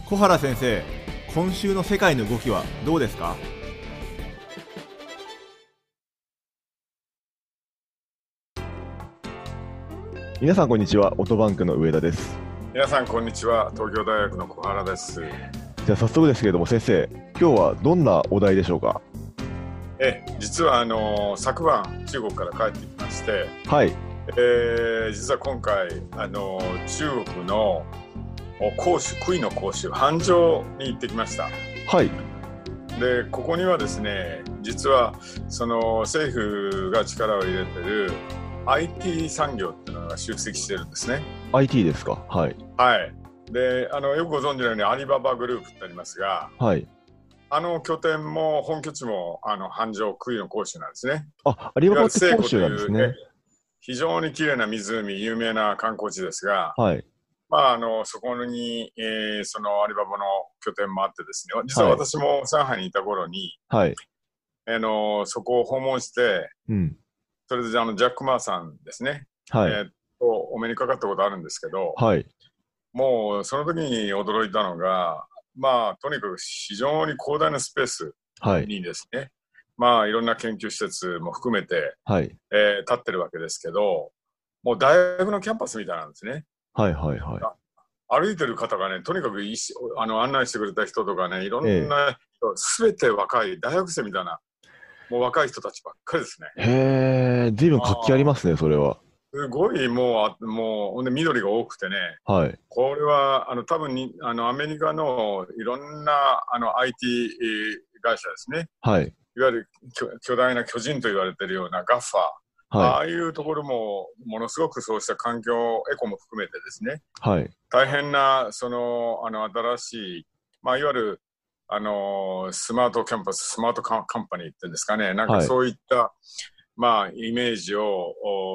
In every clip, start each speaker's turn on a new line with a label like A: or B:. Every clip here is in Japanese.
A: 小原先生、今週の世界の動きはどうですか？
B: 皆さんこんにちは。オートバンクの上田です。
C: 皆さんこんにちは。東京大学の小原です。
B: じゃあ早速ですけれども、先生、今日はどんなお題でしょうか？
C: 実は昨晩中国から帰ってきまして、
B: はい。
C: 実は今回中国の杭の杭州杭州に行ってきました。
B: はい。
C: でここにはですね、実はその政府が力を入れてる IT 産業っていうのが集積してるんですね。
B: IT ですか？はい。
C: はい。でよくご存知のようにアリババグループってありますが、
B: はい。
C: 拠点も本拠地も杭州の杭州なんですね。
B: アリババって杭州なんですね。
C: 非常に綺麗な湖、有名な観光地ですが、
B: はい。
C: そこに、そのアリババの拠点もあってですね、実は私も上海にいた頃に、
B: はい、
C: そこを訪問して、
B: うん、そ
C: れでジャック・マーさんですね、
B: はい、
C: お目にかかったことあるんですけど、
B: はい、
C: もうその時に驚いたのが、とにかく非常に広大なスペースにですね、いろんな研究施設も含めて、立ってるわけですけど、もう大学のキャンパスみたいなんですね。
B: はいはいはい。
C: 歩いてる方がね、とにかく案内してくれた人とかね、いろんな人、すべて若い大学生みたいな、もう若い人たちばっかりですね。
B: へー、随分活気ありますね、それは。
C: すごいもうで緑が多くてね、
B: はい、こ
C: れは多分にアメリカのいろんなIT 会社ですね、
B: はい、
C: いわゆる巨大な巨人と言われているようなガッファー、
B: はい、
C: ああいうところもものすごくそうした環境エコも含めてですね、
B: はい、
C: 大変な新しい、いわゆるスマートキャンパス、スマートカンパニーっていうんですかね、なんかそういった、イメージを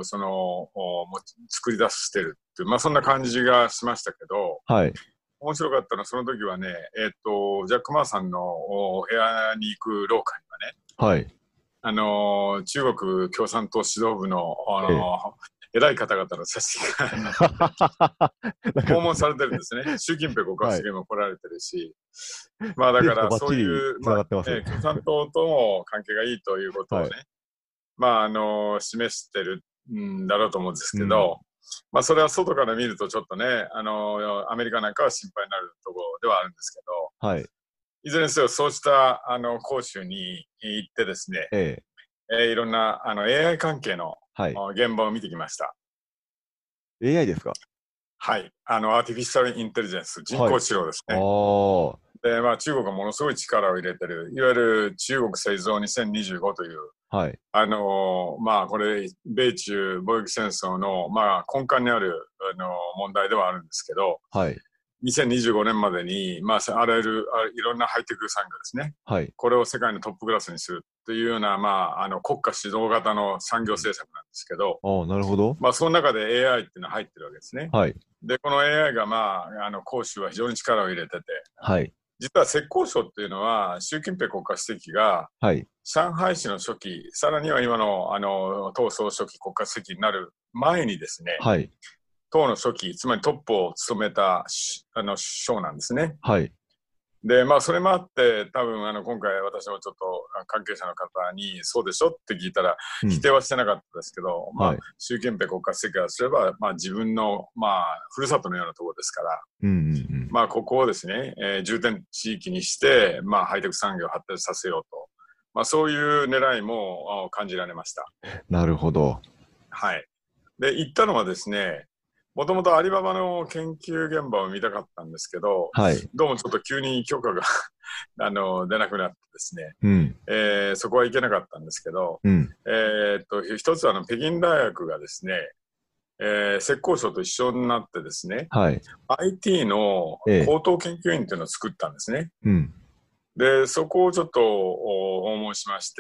C: 作り出してるっていう、そんな感じがしましたけど、
B: はい、
C: 面白かったのはその時はね、ジャック・マーさんの部屋に行く廊下にはね、はい、中国共産党指導部の偉い方々の写真が訪問されてるんですね。習近平国家主席も来られてるし、だからそういう、共産党とも関係がいいということをね、示してるんだろうと思うんですけど、それは外から見るとちょっとね、アメリカなんかは心配になるところではあるんですけど、はい、いずれにせよそうした杭州に行ってですね、いろんなAI 関係の、現場を見てきました。
B: AI ですか？
C: はい、アーティフィシャルインテリジェンス、人工知能ですね。で中国がものすごい力を入れてる、いわゆる中国製造2025という、はい、これ米中貿易戦争の、根幹にある問題ではあるんですけど、はい、2025年までに、あらゆるいろんなハイテク産業ですね、はい、これを世界のトップクラスにするというような、国家主導型の産業政策なんですけど、
B: なるほど。
C: その中で AI っていうのは入ってるわけですね。はい、でこの AI が、杭州は非常に力を入れてて、はい、実は浙江省っていうのは習近平国家主席が、はい、上海市の書記、さらには今の党総書記国家主席になる前にですね、はい、党の書記、つまりトップを務めた省なんですね。はい、でそれもあって多分今回私もちょっと関係者の方にそうでしょって聞いたら、否定はしてなかったですけど、習近平国家主席からすれば、自分の、ふるさとのようなところですから、ここをですね、重点地域にして、ハイテク産業を発展させようと、そういう狙いも感じられました。
B: なるほど。
C: はい。で行ったのはですね、もともとアリババの研究現場を見たかったんですけど、はい、どうもちょっと急に許可が出なくなってですね、そこは行けなかったんですけど、一つは北京大学がですね、浙江省と一緒になってですね、はい、IT の高等研究員というのを作ったんですね。でそこをちょっと訪問しまして、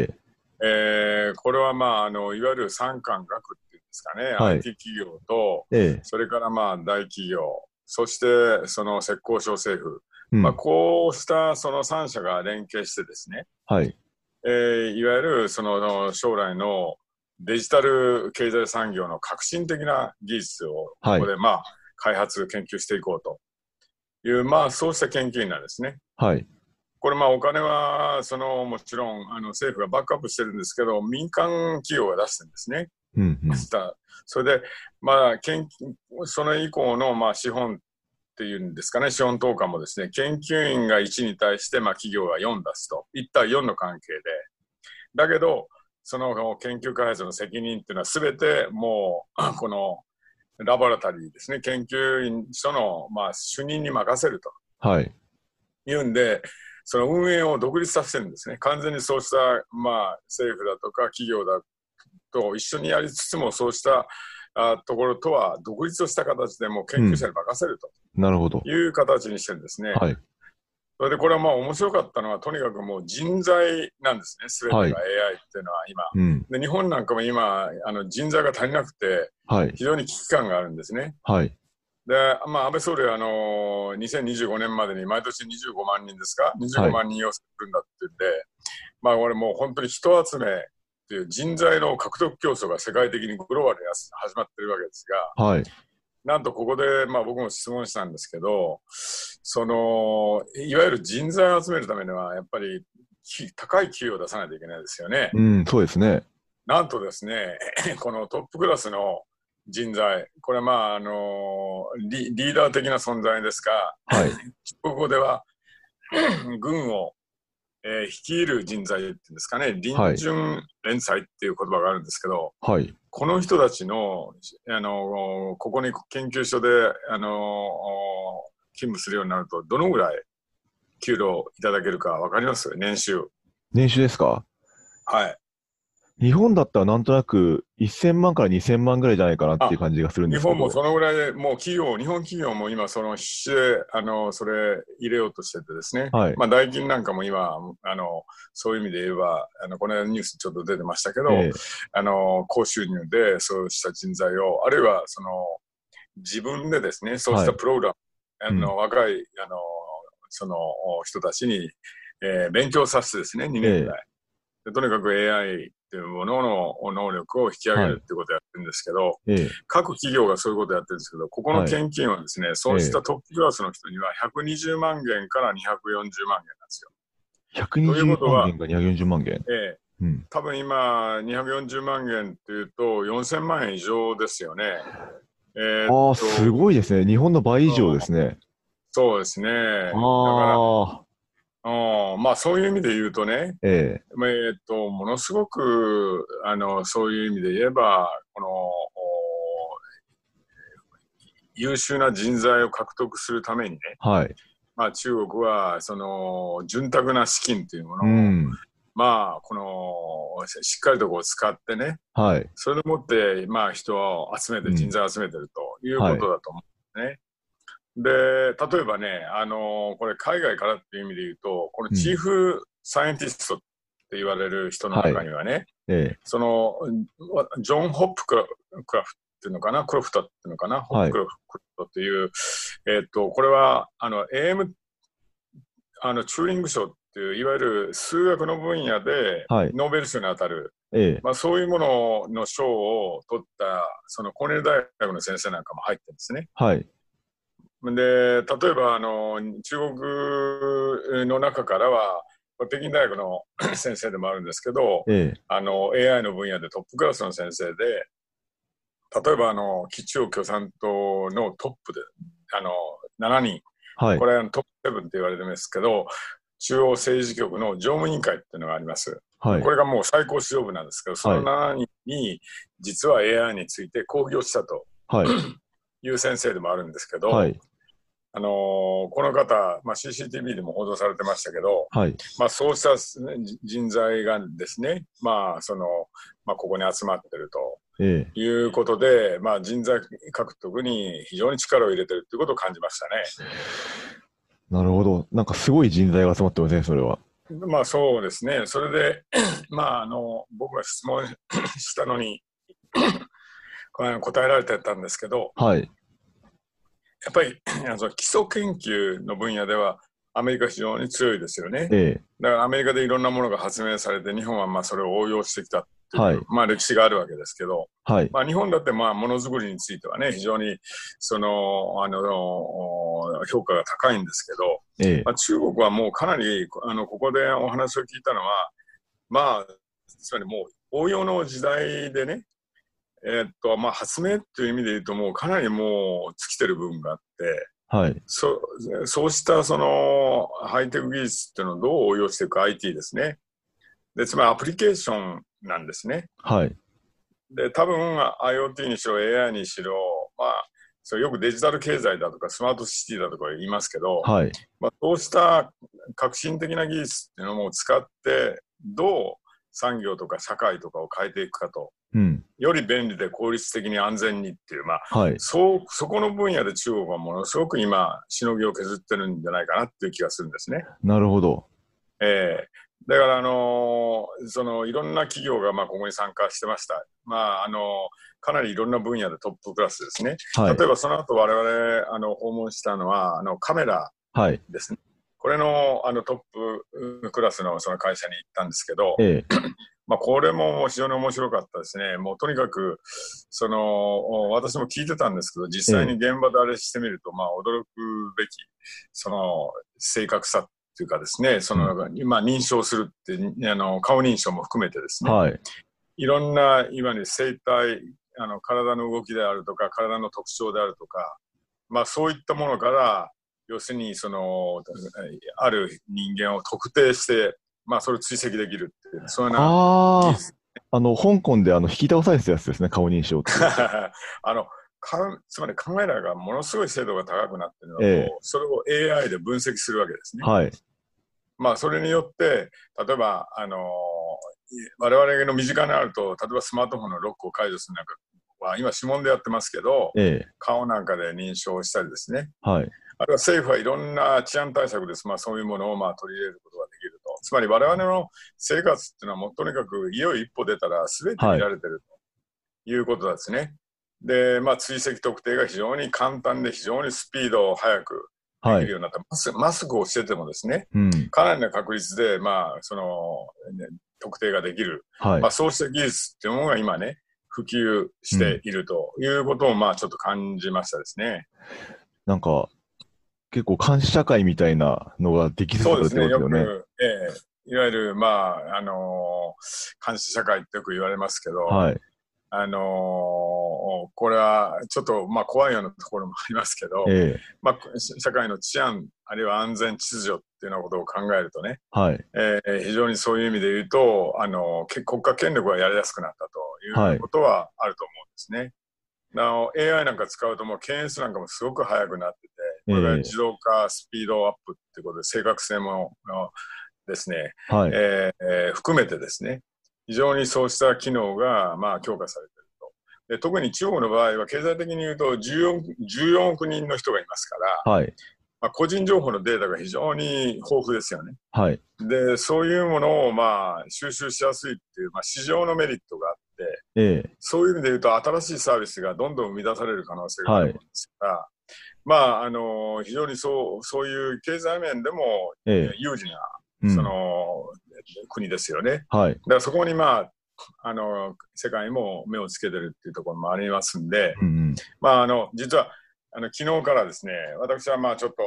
C: これはいわゆる産官学っていうんですかね、はい、IT 企業と、それから大企業、そしてその浙江省政府、こうしたその3社が連携してですね、はい、いわゆるその将来のデジタル経済産業の革新的な技術をここで開発研究していこうと。 いう、そうした研究員なんですね。
B: はい。
C: これお金はもちろん政府がバックアップしてるんですけど、民間企業が出してるんですね。それで、それ以降の資本っていうんですかね、資本投下もですね、研究員が1に対して企業が4出すと、1対4の関係で、だけど、その研究開発の責任っていうのは全てもう、このラボラトリーですね、研究員所の主任に任せると。
B: はい。
C: いうんで、その運営を独立させてるんですね。完全にそうした、政府だとか企業だと一緒にやりつつも、そうしたところとは独立をした形でもう研究者に任せると、
B: なるほど、
C: いう形にしてるんですね。
B: はい。
C: それでこれは面白かったのは、とにかくもう人材なんですね、すべてが AI っていうのは今。で日本なんかも今、人材が足りなくて、非常に危機感があるんですね。
B: はい。
C: で、安倍総理は2025年までに毎年25万人ですか、25万人要するんだって言って、俺もう本当に人集めっていう人材の獲得競争が世界的にグローバルに始まってるわけですが、
B: はい。
C: なんとここで、僕も質問したんですけど、いわゆる人材を集めるためには、やっぱり高い給与を出さないといけないですよね。
B: そうですね。
C: なんとですね、このトップクラスの人材、これはリーダー的な存在ですが、
B: はい、
C: 中国語では軍を、率いる人材っていうんですかね、臨準連載っていう言葉があるんですけど、
B: はい、
C: この人たちの、ここに研究所で、勤務するようになると、どのぐらい給料いただけるか分かります？年収。
B: 年収ですか？はい。日本だったらなんとなく1000万から2000万ぐらいじゃないかなっていう感じがするんですけど。
C: 日本もそのぐらいで、もう日本企業も今、必死で、それ入れようとしててですね。はい。ダイキンなんかも今、そういう意味で言えば、この間ニュースちょっと出てましたけど、高収入でそうした人材を、あるいは、自分でですね、そうしたプログラム、若い、その人たちに、勉強させてですね、2年ぐらい。とにかく AI っていうものの能力を引き上げるっていうことをやってるんですけど、各企業がそういうことをやってるんですけど、ここの研究員はですね、そうしたトップクラスの人には120万元から240万元なんですよ。
B: 120万元から240万元。
C: 多分今、240万元っていうと4000万円以上ですよね。
B: すごいですね。日本の倍以上ですね。
C: そうですね。だからそういう意味で言うとね、ものすごくそういう意味で言えば、この優秀な人材を獲得するためにね、はい、中国はその潤沢な資金というものを、このしっかりと使ってね、はい、それでもって人を集めて、人材を集めてるということだと思うんですね。で、例えばね、これ海外からっていう意味で言うと、このチーフサイエンティストって言われる人の中にはね、その、ジョン・ホップクラフっていうのかな、クロフトっていうのかな、ホップクラフトっていう、これは、AM、チューリング賞っていう、いわゆる数学の分野で、ノーベル賞に当たる、そういうものの賞を取った、そのコーネル大学の先生なんかも入ってるんですね。はい。で、例えば中国の中からは、北京大学の先生でもあるんですけど、AI の分野でトップクラスの先生で、例えば基地方共産党のトップで7人、これトップ7って言われてますけど、中央政治局の常務委員会っていうのがあります。これがもう最高指導部なんですけど、その7人に実は AI について講義をしたという先生でもあるんですけど、この方、CCTV でも報道されてましたけど、そうした人材がですね、ここに集まってるということで、人材獲得に非常に力を入れてるということを感じましたね。
B: なるほど。なんかすごい人材が集まってますね、それは。
C: そうですね。それで、僕が質問したのに答えられてたんですけど、やっぱり基礎研究の分野ではアメリカ非常に強いですよね。だからアメリカでいろんなものが発明されて、日本はそれを応用してきたっていう、歴史があるわけですけど、日本だってものづくりについてはね、非常に評価が高いんですけど、中国はもうかなり、ここでお話を聞いたのは、つまりもう応用の時代でね、発明っていう意味で言うと、もうかなりもう尽きてる部分があって、はい、そうしたそのハイテク技術っていうのをどう応用していくか IT ですね。で、つまりアプリケーションなんですね。はい。で、多分 IoT にしろ AI にしろ、それよくデジタル経済だとかスマートシティだとか言いますけど、はい、そうした革新的な技術っていうのも使ってどう産業とか社会とかを変えていくかと、より便利で効率的に安全にっていう、はい、そこの分野で中国はものすごく今しのぎを削ってるんじゃないかなっていう気がするんですね。
B: なるほど。
C: だから、そのいろんな企業がここに参加してました。かなりいろんな分野でトップクラスですね。はい、例えばその後我々訪問したのはカメラですね。はい、これのトップクラスのその会社に行ったんですけど、これも非常に面白かったですね。もうとにかく私も聞いてたんですけど、実際に現場であれしてみると、驚くべきその正確さというかですね、今認証するって顔認証も含めてですね、はい、いろんないわゆる生態、体の動きであるとか体の特徴であるとか、そういったものから要するにある人間を特定して、それを追跡できるっていう、そういうような技術。
B: 香港で引き倒されてたやつですね、顔認証って。
C: つまりカメラがものすごい精度が高くなっているのと、それを AI で分析するわけですね。はい。それによって、例えば、我々の身近にあると、例えばスマートフォンのロックを解除するなんかは、今指紋でやってますけど、顔なんかで認証したりですね。はい。あるいは政府はいろんな治安対策です。そういうものを取り入れることができると。つまり我々の生活っていうのはもうとにかく家を一歩出たら全て見られてるということですね。で、追跡特定が非常に簡単で非常にスピードを速くできるようになった。マスクをしててもですね、かなりの確率で、特定ができる。そうした技術っていうものが今ね、普及しているということを、ちょっと感じましたですね。
B: なんか、結構監視社会みたいなのができそうですね。よく、
C: いわゆる、監視社会ってよく言われますけど、はい、これはちょっと怖いようなところもありますけど、社会の治安あるいは安全秩序っていうようなことを考えるとね、はい、非常にそういう意味で言うと国家権力がやりやすくなったということはあると思うんですね。AI なんか使うともう検閲なんかもすごく速くなってて、これが自動化、スピードアップっていうことで正確性もですね、はい、含めてですね、非常にそうした機能が強化されていると。で、特に中国の場合は経済的に言うと14億人の人がいますから、はい、個人情報のデータが非常に豊富ですよね。はい、で、そういうものを収集しやすいっていう、市場のメリットがあって、そういう意味で言うと新しいサービスがどんどん生み出される可能性があるんですが、非常にそういう経済面でも有事な、国ですよね。はい、だからそこに世界も目をつけてるっていうところもありますんで、実は昨日からですね、私はちょっと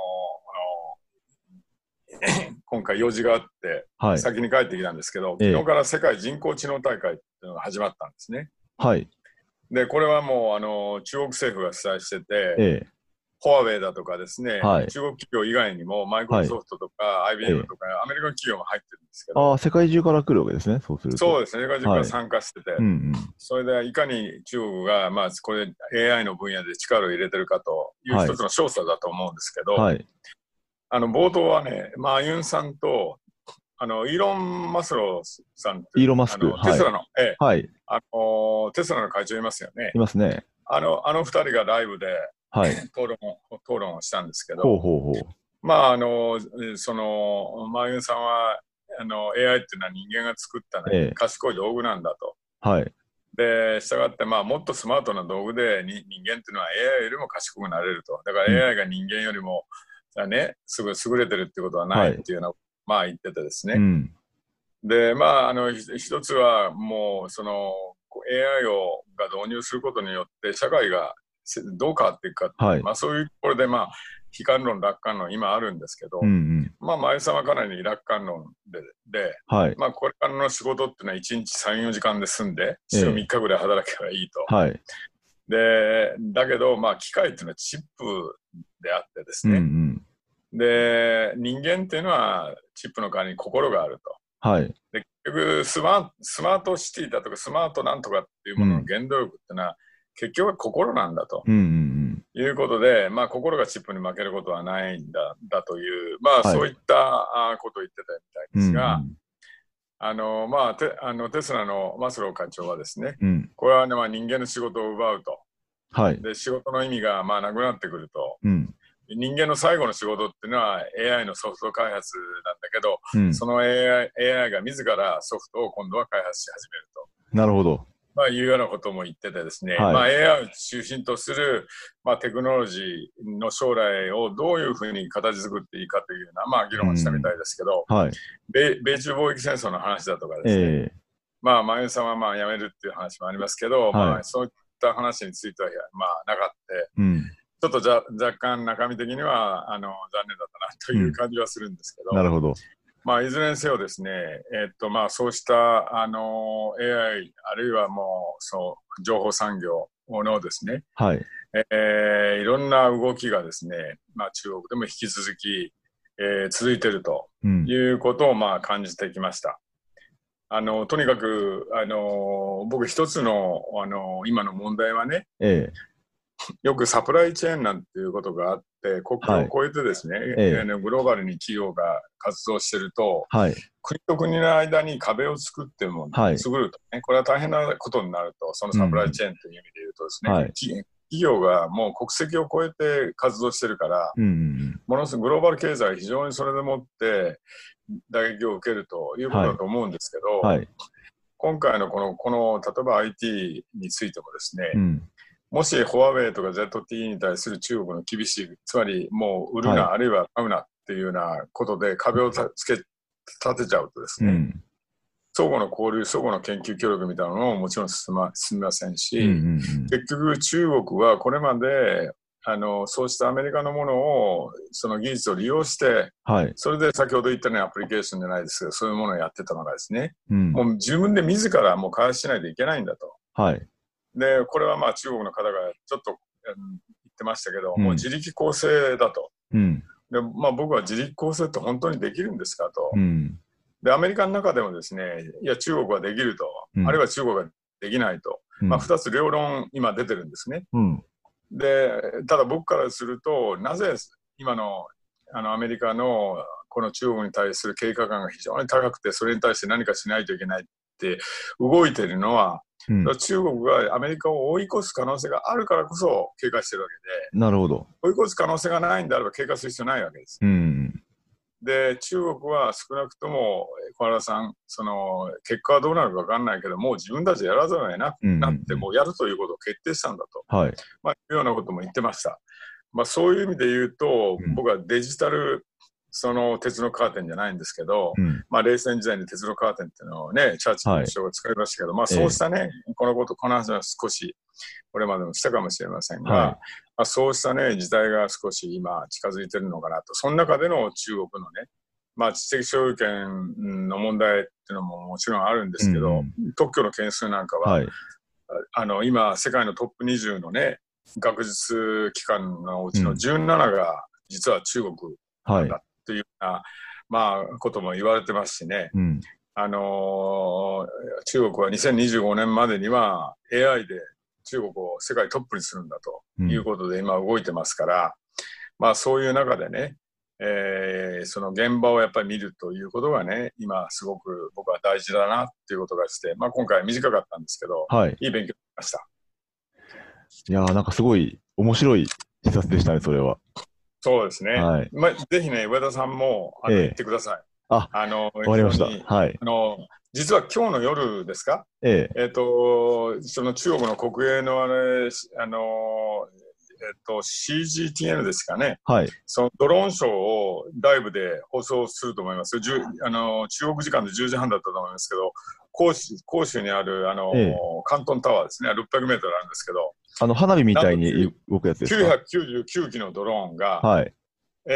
C: 今回用事があって、先に帰ってきたんですけど、昨日から世界人工知能大会っていうのが始まったんですね。はい。で、これはもう中国政府が主催してて、フォアウェイだとかですね、はい、中国企業以外にもマイクロソフトとか IBM とかアメリカの企業も入ってるんですけど、
B: 世界中から来るわけですね、そうすると。
C: そうですね、世界中から参加してて、それでいかに中国が、これ AI の分野で力を入れてるかという一つの証左だと思うんですけど、冒頭はね、ユンさんとイーロン・マスローさんって
B: イーロン・マスク、
C: テスラの、テスラの会長いますよね。
B: いますね。
C: あの二人がライブで、討論をしたんですけど、マユンさんはAI っていうのは人間が作ったね、賢い道具なんだと。で、したがってもっとスマートな道具で人間っていうのは AI よりも賢くなれると。だから AI が人間よりもすぐ優れてるってことはないっていうのを言っててですね。で、一つはもうAI が導入することによって社会がどう変わっていくかっていう、はい、まあそういうところでまあ悲観論、楽観論今あるんですけど、うんうん、まあ前さんはかなり楽観論で、はい、まあこれからの仕事っていうのは1日3、4時間で済んで、週3日ぐらい働けばいいと。はい、で、だけどまあ機械っていうのはチップであってですね、うんうん、で、人間っていうのはチップの代わりに心があると。はい、で結局スマートシティだとかスマートなんとかっていうものの原動力っていうのは、結局は心なんだと、うんうんうん、いうことで、まあ、心がチップに負けることはないんだという、まあ、はい、そういったことを言ってたみたいですが、うんうん、まあ、テスラのマスロー課長はですね、うん、これは、ね、まあ、人間の仕事を奪うと、はい、で仕事の意味がまあなくなってくると、うん、人間の最後の仕事っていうのは AI のソフト開発なんだけど、うん、その AI が自らソフトを今度は開発し始めると。なるほど。まあ、いうようなことも言っててですね、はい、まあ、AI を中心とする、まあ、テクノロジーの将来をどういうふうに形作っていいかというような、まあ、議論をしたみたいですけど、はい、米中貿易戦争の話だとかですね、まあ、真由さんはまあ辞めるっていう話もありますけど、はい、まあ、そういった話については、まあ、なかった、うん、ちょっと若干中身的には残念だったなという感じはするんですけど、なるほど。まあ、いずれにせよですね、まあ、そうしたAI あるいはもうそう情報産業のですね、はい、いろんな動きがですね、まあ、中国でも引き続き、続いているということをまあ感じてきました。とにかく僕一つの今の問題はね、よくサプライチェーンなんていうことがあって国境を越えてですね、はい、グローバルに企業が活動していると、はい、国と国の間に壁を作っても、はい、作るとね、これは大変なことになると、そのサプライチェーンという意味で言うとですね、うん、はい、企業がもう国籍を越えて活動してるから、うん、ものすごくグローバル経済は非常にそれでもって打撃を受けるということだと思うんですけど、はいはい、今回のこの例えば IT についてもですね、うん、もしフォアウェイとか ZTE に対する中国の厳しい、つまりもう売るな、はい、あるいは買うなっていうようなことで壁を立てちゃうとですね、うん、相互の交流、相互の研究協力みたいなのももちろん進みませんし、うんうんうん、結局中国はこれまでそうしたアメリカのものをその技術を利用して、はい、それで先ほど言ったようにアプリケーションじゃないですけど、そういうものをやってたのがですね、うん、もう自分で自らもう開発しないといけないんだと。はい、でこれはまあ中国の方がちょっと言ってましたけど、もう自力更生だと、うん、でまあ、僕は自力更生って本当にできるんですかと、うん、でアメリカの中でもですね、いや中国はできると、うん、あるいは中国はできないと、うん、まあ、2つ両論今出てるんですね、うん、でただ僕からすると、なぜ今のアメリカのこの中国に対する警戒感が非常に高くて、それに対して何かしないといけないって動いているのは、うん、中国がアメリカを追い越す可能性があるからこそ警戒してるわけで、なるほど。追い越す可能性がないんであれば警戒する必要ないわけです、うん、で中国は少なくとも小原さん、その結果はどうなるか分かんないけど、もう自分たちでやらざるを得なくなって、もうやるということを決定したんだと、はい、まあ、いうようなことも言ってました。まあ、そういう意味で言うと、僕はデジタルその鉄のカーテンじゃないんですけど、うん、まあ、冷戦時代に鉄のカーテンっていうのをね、チャーチルの首相が使いましたけど、はい、まあ、そうしたね、この話は少しこれまでもしたかもしれませんが、はい、まあ、そうしたね、時代が少し今近づいてるのかなと。その中での中国のね、まあ、知的所有権の問題っていうのももちろんあるんですけど、うん、特許の件数なんかは、はい、今、世界のトップ20のね、学術機関のうちの17が実は中国なんだというような、まあ、ことも言われてますしね、うん、中国は2025年までには AI で中国を世界トップにするんだということで今動いてますから、まあ、そういう中でね、その現場をやっぱり見るということがね、今すごく僕は大事だなっていうことがして、まあ、今回短かったんですけど、はい、いい勉強になりました。
B: いやー、なんかすごい面白い視察でしたね、それは。
C: そうですね。はい、まあ、ぜひね、上田さんも行ってください。わか
B: りました。はい。
C: 実は今日の夜ですか、その中国の国営の CGTN ですかね。
B: はい。
C: そのドローンショーをライブで放送すると思います。中国時間で10時半だったと思いますけど、広州にある、関東タワーですね。600メートルあるんですけど。
B: 花火みたいに動くやつですか
C: ？999機のドローンが、
B: はい。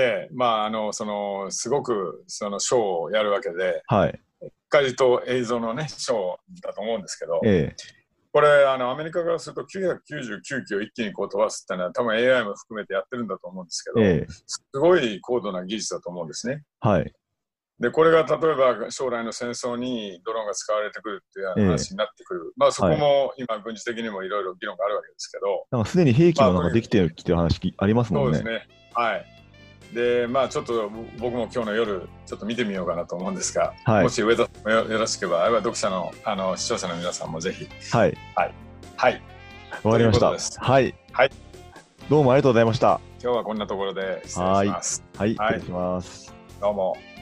C: すごく、ショーをやるわけで、
B: はい。
C: しっかりと映像のね、ショーだと思うんですけど、これ、アメリカからすると999機を一気にこう飛ばすってのは、多分 AI も含めてやってるんだと思うんですけど、すごい高度な技術だと思うんですね。
B: はい。
C: で、これが例えば将来の戦争にドローンが使われてくるっていう話になってくる。そこも今軍事的にもいろいろ議論があるわけですけど。
B: なんかすでに兵器もなんかできてきてる話ありますもんね。
C: そうですね。はい。で、ちょっと僕も今日の夜ちょっと見てみようかなと思うんですが、もし上田さんもよろしければ、読者の視聴者の皆さんもぜひ。
B: はい。
C: はい。はい。
B: わかりました。はい。はい。どうもありがとうございました。
C: 今日はこんなところで失礼します。
B: はい。失礼します。
C: どうも。